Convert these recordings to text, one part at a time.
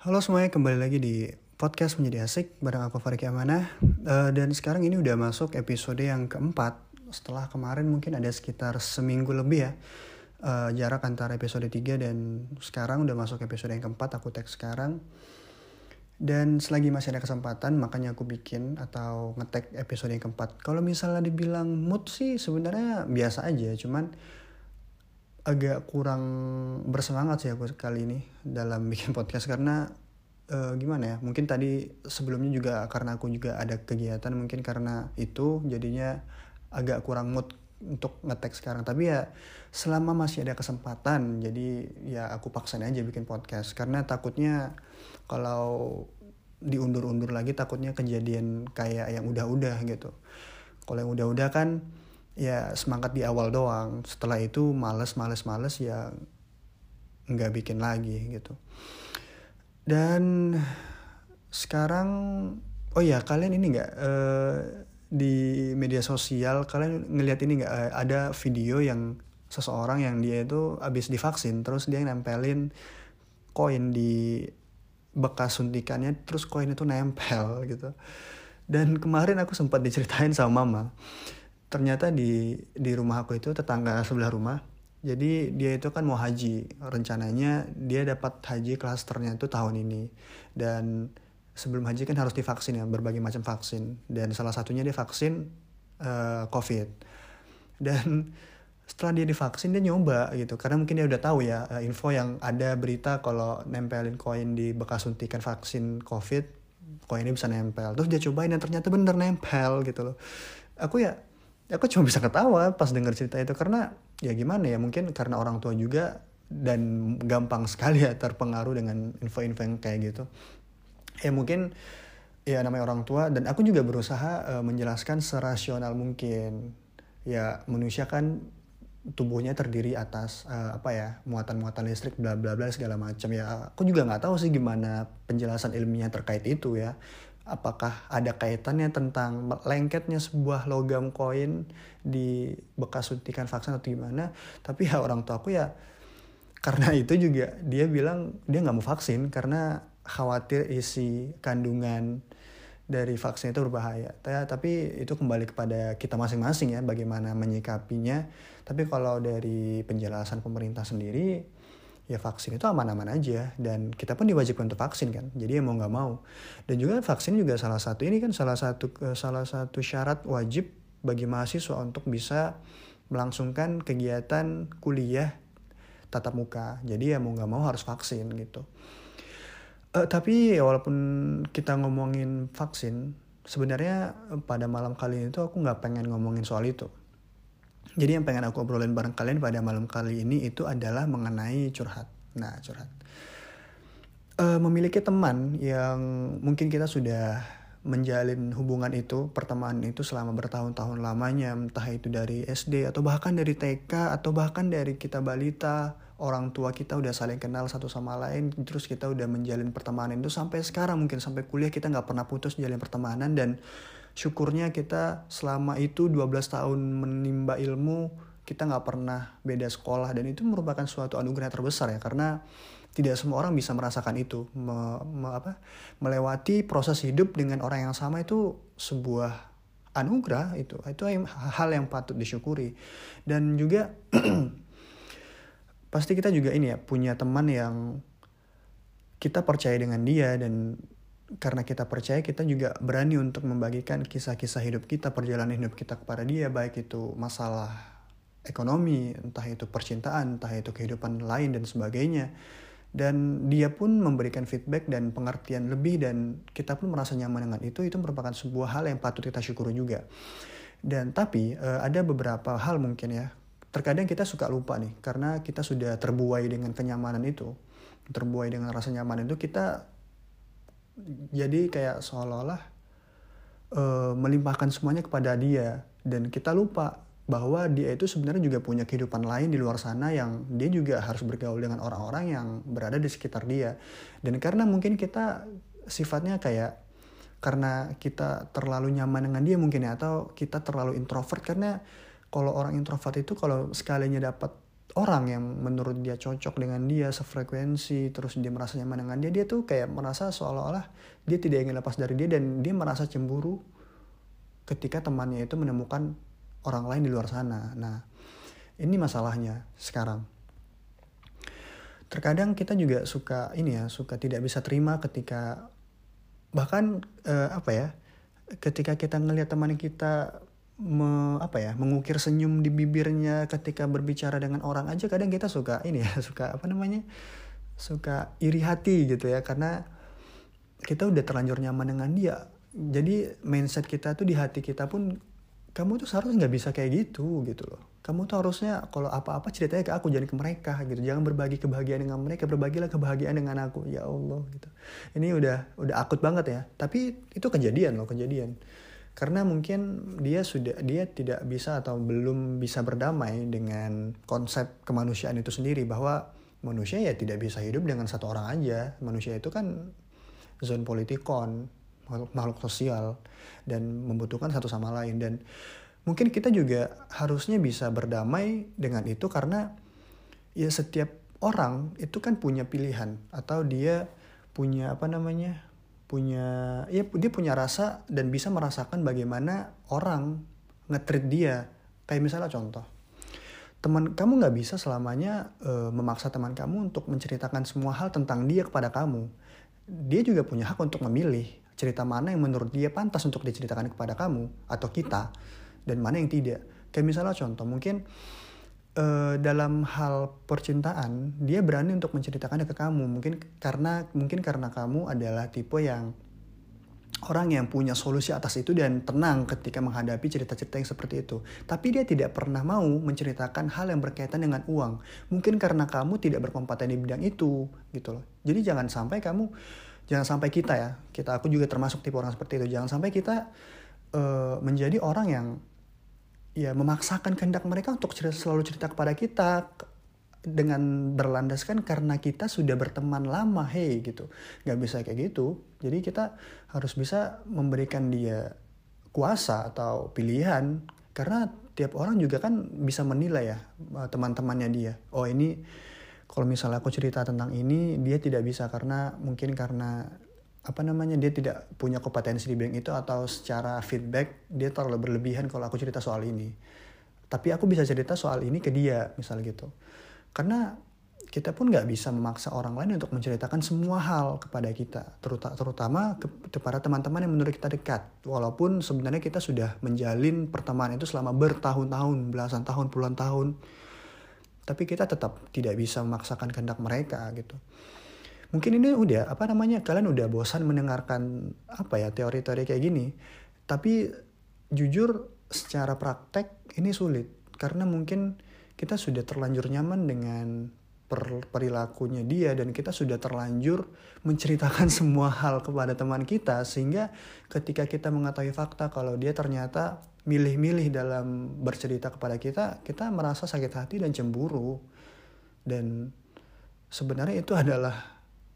Halo semuanya, kembali lagi di podcast Menjadi Asik bareng aku Farik Amanah. Dan sekarang ini udah masuk episode yang keempat. Setelah kemarin mungkin ada sekitar seminggu lebih ya, jarak antara episode 3 dan sekarang udah masuk episode yang keempat. Aku tag sekarang. Dan selagi masih ada kesempatan, makanya aku bikin atau nge-tag episode yang keempat. Kalau misalnya dibilang mood sih sebenarnya biasa aja, cuman agak kurang bersemangat sih aku kali ini dalam bikin podcast karena gimana ya, mungkin tadi sebelumnya juga karena aku juga ada kegiatan, mungkin karena itu jadinya agak kurang mood untuk nge-tag sekarang. Tapi ya selama masih ada kesempatan, jadi ya aku paksain aja bikin podcast karena takutnya kalau diundur-undur lagi takutnya kejadian kayak yang udah-udah gitu. Kalau yang udah-udah kan ya semangat di awal doang, setelah itu males ya nggak bikin lagi gitu. Dan sekarang, oh ya, kalian ini nggak di media sosial kalian ngelihat ini nggak, ada video yang seseorang yang dia itu abis divaksin terus dia nempelin koin di bekas suntikannya, terus koin itu nempel gitu. Dan kemarin aku sempat diceritain sama mama, ternyata di rumah aku itu tetangga sebelah rumah, jadi dia itu kan mau haji, rencananya dia dapat haji klasternya itu tahun ini. Dan sebelum haji kan harus divaksin ya, berbagai macam vaksin, dan salah satunya dia vaksin COVID. Dan setelah dia divaksin dia nyoba gitu, karena mungkin dia udah tahu ya, info yang ada berita kalau nempelin koin di bekas suntikan vaksin COVID, koinnya bisa nempel. Terus dia cobain dan ternyata bener nempel gitu loh. Aku cuma bisa ketawa pas denger cerita itu, karena ya gimana ya, mungkin karena orang tua juga dan gampang sekali ya terpengaruh dengan info-info yang kayak gitu. Ya mungkin ya namanya orang tua, dan aku juga berusaha menjelaskan serasional mungkin. Ya manusia kan tubuhnya terdiri atas muatan-muatan listrik bla bla bla segala macam ya. Aku juga nggak tahu sih gimana penjelasan ilmiah terkait itu ya. Apakah ada kaitannya tentang lengketnya sebuah logam koin di bekas suntikan vaksin atau gimana? Tapi ya orang tua aku ya karena itu juga dia bilang dia nggak mau vaksin karena khawatir isi kandungan dari vaksin itu berbahaya. Tapi itu kembali kepada kita masing-masing ya, bagaimana menyikapinya. Tapi kalau dari penjelasan pemerintah sendiri, ya vaksin itu aman-aman aja. Dan kita pun diwajibkan untuk vaksin kan. Jadi ya mau nggak mau. Dan juga vaksin juga salah satu syarat wajib bagi mahasiswa untuk bisa melangsungkan kegiatan kuliah tatap muka. Jadi ya mau nggak mau harus vaksin gitu. Tapi walaupun kita ngomongin vaksin, sebenarnya pada malam kali ini tuh aku nggak pengen ngomongin soal itu. Jadi yang pengen aku obrolin bareng kalian pada malam kali ini itu adalah mengenai curhat. Nah, curhat. Memiliki teman yang mungkin kita sudah menjalin hubungan itu, pertemanan itu selama bertahun-tahun lamanya, entah itu dari SD atau bahkan dari TK atau bahkan dari kita balita, orang tua kita udah saling kenal satu sama lain, terus kita udah menjalin pertemanan itu sampai sekarang, mungkin sampai kuliah kita nggak pernah putus jalin pertemanan. Dan syukurnya kita selama itu 12 tahun menimba ilmu, kita nggak pernah beda sekolah, dan itu merupakan suatu anugerah terbesar ya, karena tidak semua orang bisa merasakan itu, melewati proses hidup dengan orang yang sama itu sebuah anugerah, itu hal yang patut disyukuri. Dan juga pasti kita juga ini ya, punya teman yang kita percaya dengan dia, dan karena kita percaya kita juga berani untuk membagikan kisah-kisah hidup kita, perjalanan hidup kita kepada dia, baik itu masalah ekonomi, entah itu percintaan, entah itu kehidupan lain dan sebagainya. Dan dia pun memberikan feedback dan pengertian lebih, dan kita pun merasa nyaman dengan itu merupakan sebuah hal yang patut kita syukuri juga. Dan tapi ada beberapa hal mungkin ya, terkadang kita suka lupa nih, karena kita sudah terbuai dengan kenyamanan itu, terbuai dengan rasa nyaman itu, kita jadi kayak seolah-olah melimpahkan semuanya kepada dia, dan kita lupa bahwa dia itu sebenarnya juga punya kehidupan lain di luar sana, yang dia juga harus bergaul dengan orang-orang yang berada di sekitar dia. Dan karena mungkin kita sifatnya kayak, karena kita terlalu nyaman dengan dia mungkin ya, atau kita terlalu introvert, karena kalau orang introvert itu kalau sekalinya dapat orang yang menurut dia cocok dengan dia, sefrekuensi, terus dia merasa nyaman dengan dia tuh kayak merasa seolah-olah dia tidak ingin lepas dari dia, dan dia merasa cemburu ketika temannya itu menemukan orang lain di luar sana. Nah, ini masalahnya sekarang. Terkadang kita juga suka tidak bisa terima ketika bahkan ketika kita ngelihat teman kita mengukir senyum di bibirnya ketika berbicara dengan orang aja, kadang kita suka suka iri hati gitu ya, karena kita udah terlanjur nyaman dengan dia. Jadi mindset kita tuh di hati kita pun, kamu tuh seharusnya nggak bisa kayak gitu loh. Kamu tuh harusnya kalau apa-apa ceritanya ke aku, jangan ke mereka gitu. Jangan berbagi kebahagiaan dengan mereka, berbagilah kebahagiaan dengan aku. Ya Allah gitu. Ini udah akut banget ya. Tapi itu kejadian. Karena mungkin dia tidak bisa atau belum bisa berdamai dengan konsep kemanusiaan itu sendiri, bahwa manusia ya tidak bisa hidup dengan satu orang aja. Manusia itu kan zon politikon, makhluk sosial, dan membutuhkan satu sama lain. Dan mungkin kita juga harusnya bisa berdamai dengan itu, karena ya setiap orang itu kan punya pilihan, atau dia punya dia punya rasa dan bisa merasakan bagaimana orang nge-treat dia. Kayak misalnya contoh, teman kamu nggak bisa selamanya memaksa teman kamu untuk menceritakan semua hal tentang dia kepada kamu. Dia juga punya hak untuk memilih cerita mana yang menurut dia pantas untuk diceritakan kepada kamu atau kita, dan mana yang tidak. Kayak misalnya contoh, mungkin dalam hal percintaan dia berani untuk menceritakannya ke kamu, mungkin karena kamu adalah tipe yang orang yang punya solusi atas itu dan tenang ketika menghadapi cerita-cerita yang seperti itu. Tapi dia tidak pernah mau menceritakan hal yang berkaitan dengan uang, mungkin karena kamu tidak berkompeten di bidang itu gitu loh. Jadi jangan sampai aku juga termasuk tipe orang seperti itu. Jangan sampai kita menjadi orang yang memaksakan kehendak mereka untuk selalu cerita kepada kita dengan berlandaskan karena kita sudah berteman lama, gitu. Nggak bisa kayak gitu. Jadi kita harus bisa memberikan dia kuasa atau pilihan, karena tiap orang juga kan bisa menilai ya teman-temannya dia. Oh, ini kalau misalnya aku cerita tentang ini dia tidak bisa karena dia tidak punya kompetensi di bidang itu, atau secara feedback dia terlalu berlebihan kalau aku cerita soal ini. Tapi aku bisa cerita soal ini ke dia, misal gitu. Karena kita pun nggak bisa memaksa orang lain untuk menceritakan semua hal kepada kita, terutama kepada teman-teman yang menurut kita dekat. Walaupun sebenarnya kita sudah menjalin pertemanan itu selama bertahun-tahun, belasan tahun, puluhan tahun, tapi kita tetap tidak bisa memaksakan kehendak mereka gitu. Mungkin ini kalian udah bosan mendengarkan teori-teori kayak gini. Tapi jujur secara praktek ini sulit, karena mungkin kita sudah terlanjur nyaman dengan perilakunya dia, dan kita sudah terlanjur menceritakan semua hal kepada teman kita, sehingga ketika kita mengetahui fakta kalau dia ternyata milih-milih dalam bercerita kepada kita, kita merasa sakit hati dan cemburu. Dan sebenarnya itu adalah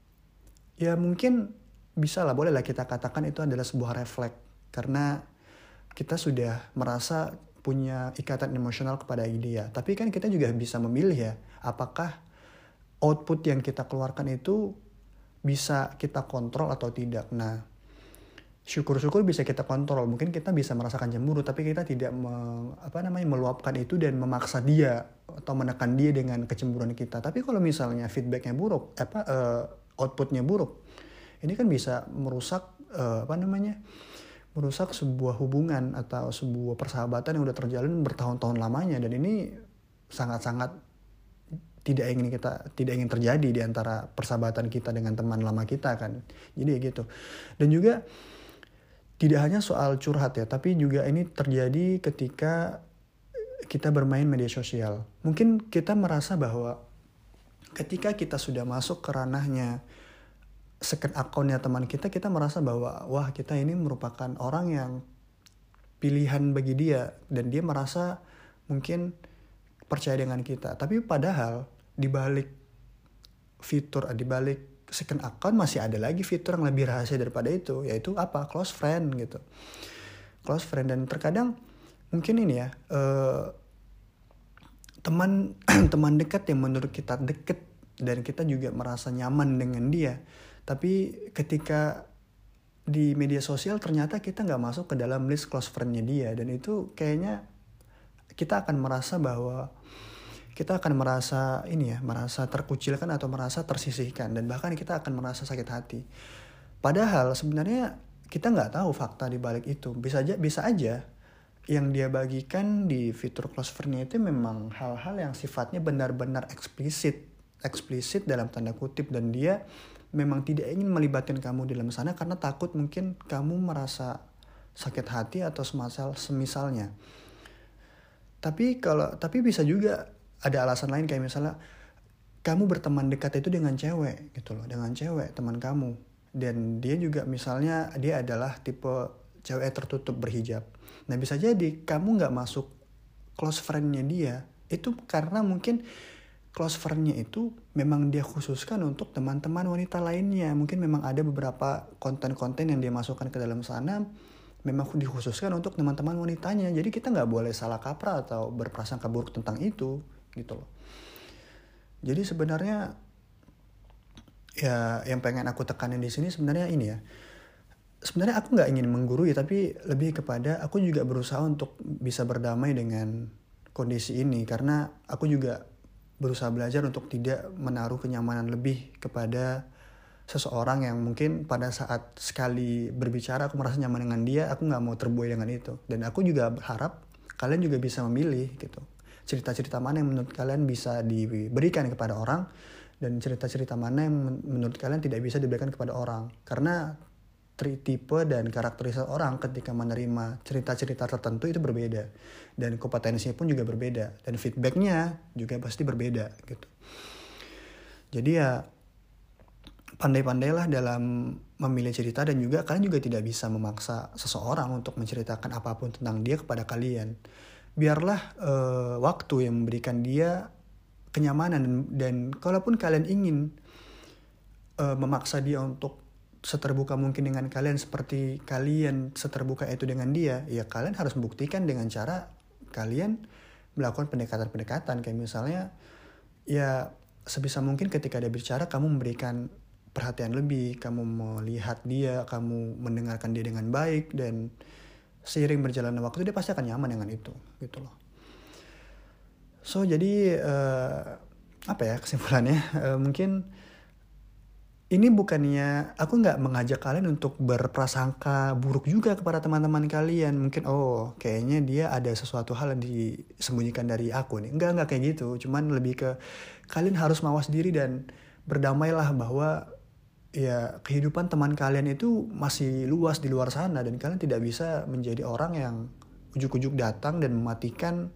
mungkin bolehlah kita katakan itu adalah sebuah refleks, karena kita sudah merasa punya ikatan emosional kepada dia. Tapi kan kita juga bisa memilih ya, apakah output yang kita keluarkan itu bisa kita kontrol atau tidak. Nah, syukur-syukur bisa kita kontrol. Mungkin kita bisa merasakan cemburu, tapi kita tidak meluapkan itu dan memaksa dia atau menekan dia dengan kecemburuan kita. Tapi kalau misalnya feedbacknya buruk, outputnya buruk, ini kan bisa merusak merusak sebuah hubungan atau sebuah persahabatan yang udah terjalin bertahun-tahun lamanya. Dan ini sangat-sangat tidak ingin terjadi di antara persahabatan kita dengan teman lama kita kan. Jadi gitu. Dan juga tidak hanya soal curhat ya, tapi juga ini terjadi ketika kita bermain media sosial. Mungkin kita merasa bahwa ketika kita sudah masuk ke ranahnya second account-nya teman kita merasa bahwa wah, kita ini merupakan orang yang pilihan bagi dia, dan dia merasa mungkin percaya dengan kita. Tapi padahal di balik second account masih ada lagi fitur yang lebih rahasia daripada itu, yaitu close friend gitu. Close friend. Dan terkadang mungkin ini ya, teman teman dekat yang menurut kita deket dan kita juga merasa nyaman dengan dia, tapi ketika di media sosial ternyata kita nggak masuk ke dalam list close friend-nya dia, dan itu kayaknya kita akan merasa merasa terkucilkan atau merasa tersisihkan, dan bahkan kita akan merasa sakit hati. Padahal sebenarnya kita nggak tahu fakta di balik itu. Bisa aja yang dia bagikan di fitur close friend-nya itu memang hal-hal yang sifatnya benar-benar eksplisit dalam tanda kutip, dan dia memang tidak ingin melibatkan kamu dalam sana karena takut mungkin kamu merasa sakit hati atau semisalnya. Tapi bisa juga ada alasan lain, kayak misalnya kamu berteman dekat itu dengan cewek gitu loh, dengan cewek teman kamu, dan dia juga misalnya dia adalah tipe cewek tertutup berhijab. Nah bisa jadi kamu nggak masuk close friend-nya dia itu karena mungkin close friend-nya itu memang dia khususkan untuk teman-teman wanita lainnya. Mungkin memang ada beberapa konten-konten yang dia masukkan ke dalam sana memang dikhususkan untuk teman-teman wanitanya. Jadi kita nggak boleh salah kaprah atau berprasangka buruk tentang itu gitu loh. Jadi sebenarnya ya yang pengen aku tekanin di sini sebenarnya ini ya. Sebenarnya aku nggak ingin menggurui, tapi lebih kepada aku juga berusaha untuk bisa berdamai dengan kondisi ini, karena aku juga berusaha belajar untuk tidak menaruh kenyamanan lebih kepada seseorang yang mungkin pada saat sekali berbicara aku merasa nyaman dengan dia, aku nggak mau terbuai dengan itu. Dan aku juga berharap kalian juga bisa memilih gitu, cerita-cerita mana yang menurut kalian bisa diberikan kepada orang, dan cerita-cerita mana yang menurut kalian tidak bisa diberikan kepada orang. Karena tipe dan karakteristik orang ketika menerima cerita-cerita tertentu itu berbeda, dan kompetensinya pun juga berbeda, dan feedbacknya juga pasti berbeda gitu. Jadi ya pandai-pandailah dalam memilih cerita, dan juga kalian juga tidak bisa memaksa seseorang untuk menceritakan apapun tentang dia kepada kalian. Biarlah waktu yang memberikan dia kenyamanan, dan kalaupun kalian ingin memaksa dia untuk seterbuka mungkin dengan kalian seperti kalian seterbuka itu dengan dia, ya kalian harus membuktikan dengan cara kalian melakukan pendekatan-pendekatan. Kayak misalnya ya sebisa mungkin ketika dia bicara kamu memberikan perhatian lebih, kamu melihat dia, kamu mendengarkan dia dengan baik, dan seiring berjalannya waktu dia pasti akan nyaman dengan itu gitu loh. So jadi kesimpulannya mungkin ini bukannya aku nggak mengajak kalian untuk berprasangka buruk juga kepada teman-teman kalian. Mungkin kayaknya dia ada sesuatu hal yang disembunyikan dari aku nih. Enggak kayak gitu. Cuman lebih ke kalian harus mawas diri dan berdamailah bahwa ya kehidupan teman kalian itu masih luas di luar sana, dan kalian tidak bisa menjadi orang yang ujuk-ujuk datang dan mematikan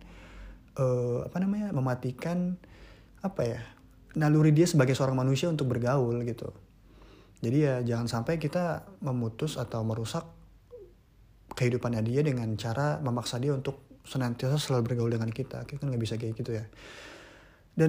naluri dia sebagai seorang manusia untuk bergaul gitu. Jadi ya jangan sampai kita memutus atau merusak kehidupannya dia dengan cara memaksa dia untuk senantiasa selalu bergaul dengan kita. Kita nggak bisa kayak gitu ya. Dan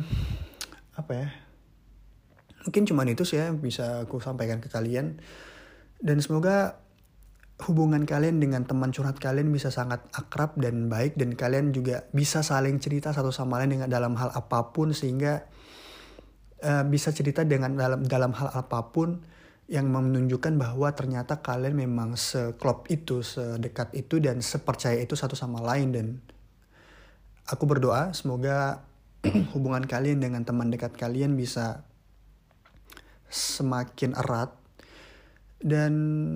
mungkin cuma itu sih ya yang bisa aku sampaikan ke kalian. Dan semoga hubungan kalian dengan teman curhat kalian bisa sangat akrab dan baik, dan kalian juga bisa saling cerita satu sama lain dengan dalam hal apapun, sehingga bisa cerita dengan dalam hal apapun yang menunjukkan bahwa ternyata kalian memang seklop itu, sedekat itu, dan sepercaya itu satu sama lain. Dan aku berdoa semoga hubungan kalian dengan teman dekat kalian bisa semakin erat. Dan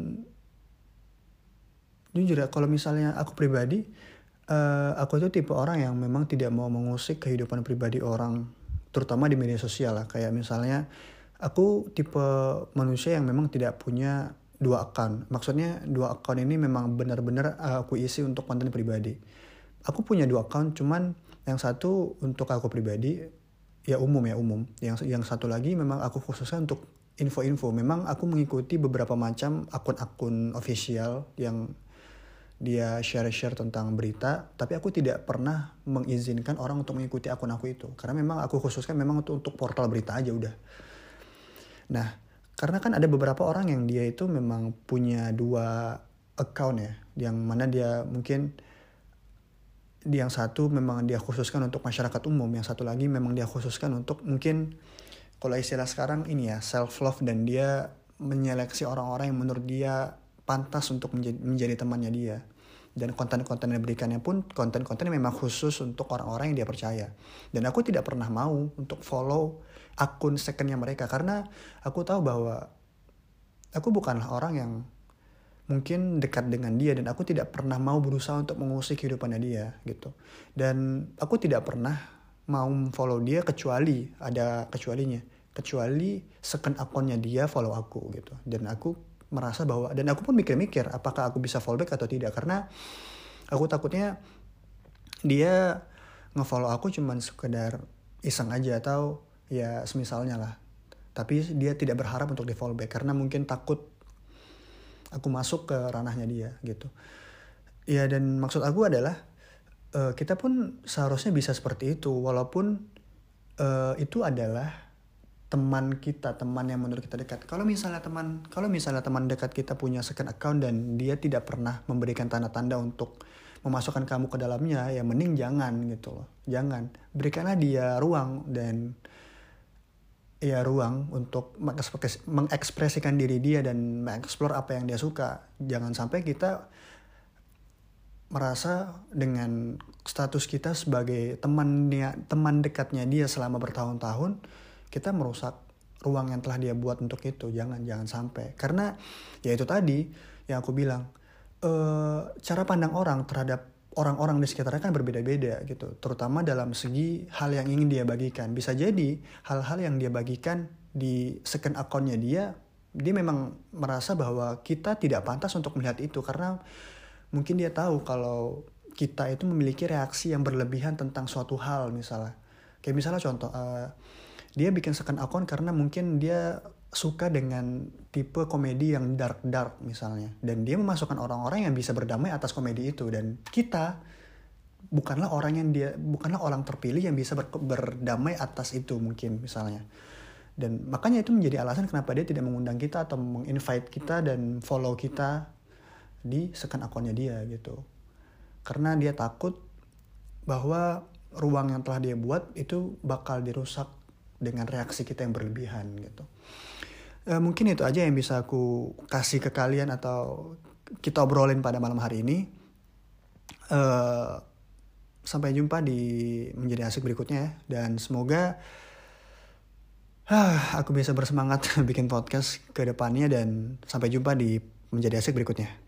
jujur ya, kalau misalnya aku pribadi, aku itu tipe orang yang memang tidak mau mengusik kehidupan pribadi orang, terutama di media sosial lah. Kayak misalnya aku tipe manusia yang memang tidak punya 2 account. Maksudnya 2 account ini memang benar-benar aku isi untuk konten pribadi. Aku punya 2 account, cuman yang satu untuk aku pribadi ya umum. Yang satu lagi memang aku khususkan untuk info-info. Memang aku mengikuti beberapa macam akun-akun official yang dia share-share tentang berita, tapi aku tidak pernah mengizinkan orang untuk mengikuti akun aku itu, karena memang aku khususkan memang untuk portal berita aja udah. Nah, karena kan ada beberapa orang yang dia itu memang punya 2 account ya, yang mana dia mungkin yang satu memang dia khususkan untuk masyarakat umum, yang satu lagi memang dia khususkan untuk mungkin kalau istilah sekarang ini ya self love, dan dia menyeleksi orang-orang yang menurut dia pantas untuk menjadi temannya dia. Dan konten-konten yang diberikannya pun konten-konten yang memang khusus untuk orang-orang yang dia percaya. Dan aku tidak pernah mau untuk follow akun secondnya mereka, karena aku tahu bahwa aku bukanlah orang yang mungkin dekat dengan dia, dan aku tidak pernah mau berusaha untuk mengusik kehidupannya dia gitu. Dan aku tidak pernah mau follow dia kecuali ada kecualinya, kecuali second akunnya dia follow aku gitu. Dan aku merasa bahwa, dan aku pun mikir-mikir apakah aku bisa follow back atau tidak, karena aku takutnya dia ngefollow aku cuman sekedar iseng aja atau ya semisalnya lah, tapi dia tidak berharap untuk di follow back karena mungkin takut aku masuk ke ranahnya dia gitu. Ya, dan maksud aku adalah kita pun seharusnya bisa seperti itu, walaupun itu adalah teman kita, teman yang menurut kita dekat. Kalau misalnya teman dekat kita punya second account dan dia tidak pernah memberikan tanda-tanda untuk memasukkan kamu ke dalamnya, ya mending jangan gitu loh. Jangan. Berikanlah dia ruang, dan ya ruang untuk mengekspresikan diri dia dan mengeksplor apa yang dia suka. Jangan sampai kita merasa dengan status kita sebagai teman dekatnya dia selama bertahun-tahun, kita merusak ruang yang telah dia buat untuk itu. Jangan sampai. Karena ya itu tadi yang aku bilang, cara pandang orang terhadap orang-orang di sekitarnya kan berbeda-beda gitu, terutama dalam segi hal yang ingin dia bagikan. Bisa jadi hal-hal yang dia bagikan di second account-nya dia memang merasa bahwa kita tidak pantas untuk melihat itu, karena mungkin dia tahu kalau kita itu memiliki reaksi yang berlebihan tentang suatu hal. Misalnya kayak misalnya contoh, dia bikin second account karena mungkin dia suka dengan tipe komedi yang dark misalnya, dan dia memasukkan orang-orang yang bisa berdamai atas komedi itu, dan kita bukanlah orang terpilih yang bisa berdamai atas itu mungkin misalnya. Dan makanya itu menjadi alasan kenapa dia tidak mengundang kita atau menginvite kita dan follow kita di second account-nya dia gitu, karena dia takut bahwa ruang yang telah dia buat itu bakal dirusak dengan reaksi kita yang berlebihan gitu. Mungkin itu aja yang bisa aku kasih ke kalian atau kita obrolin pada malam hari ini. Sampai jumpa di Menjadi Asik berikutnya ya. Dan semoga aku bisa bersemangat bikin podcast ke depannya. Dan sampai jumpa di Menjadi Asik berikutnya.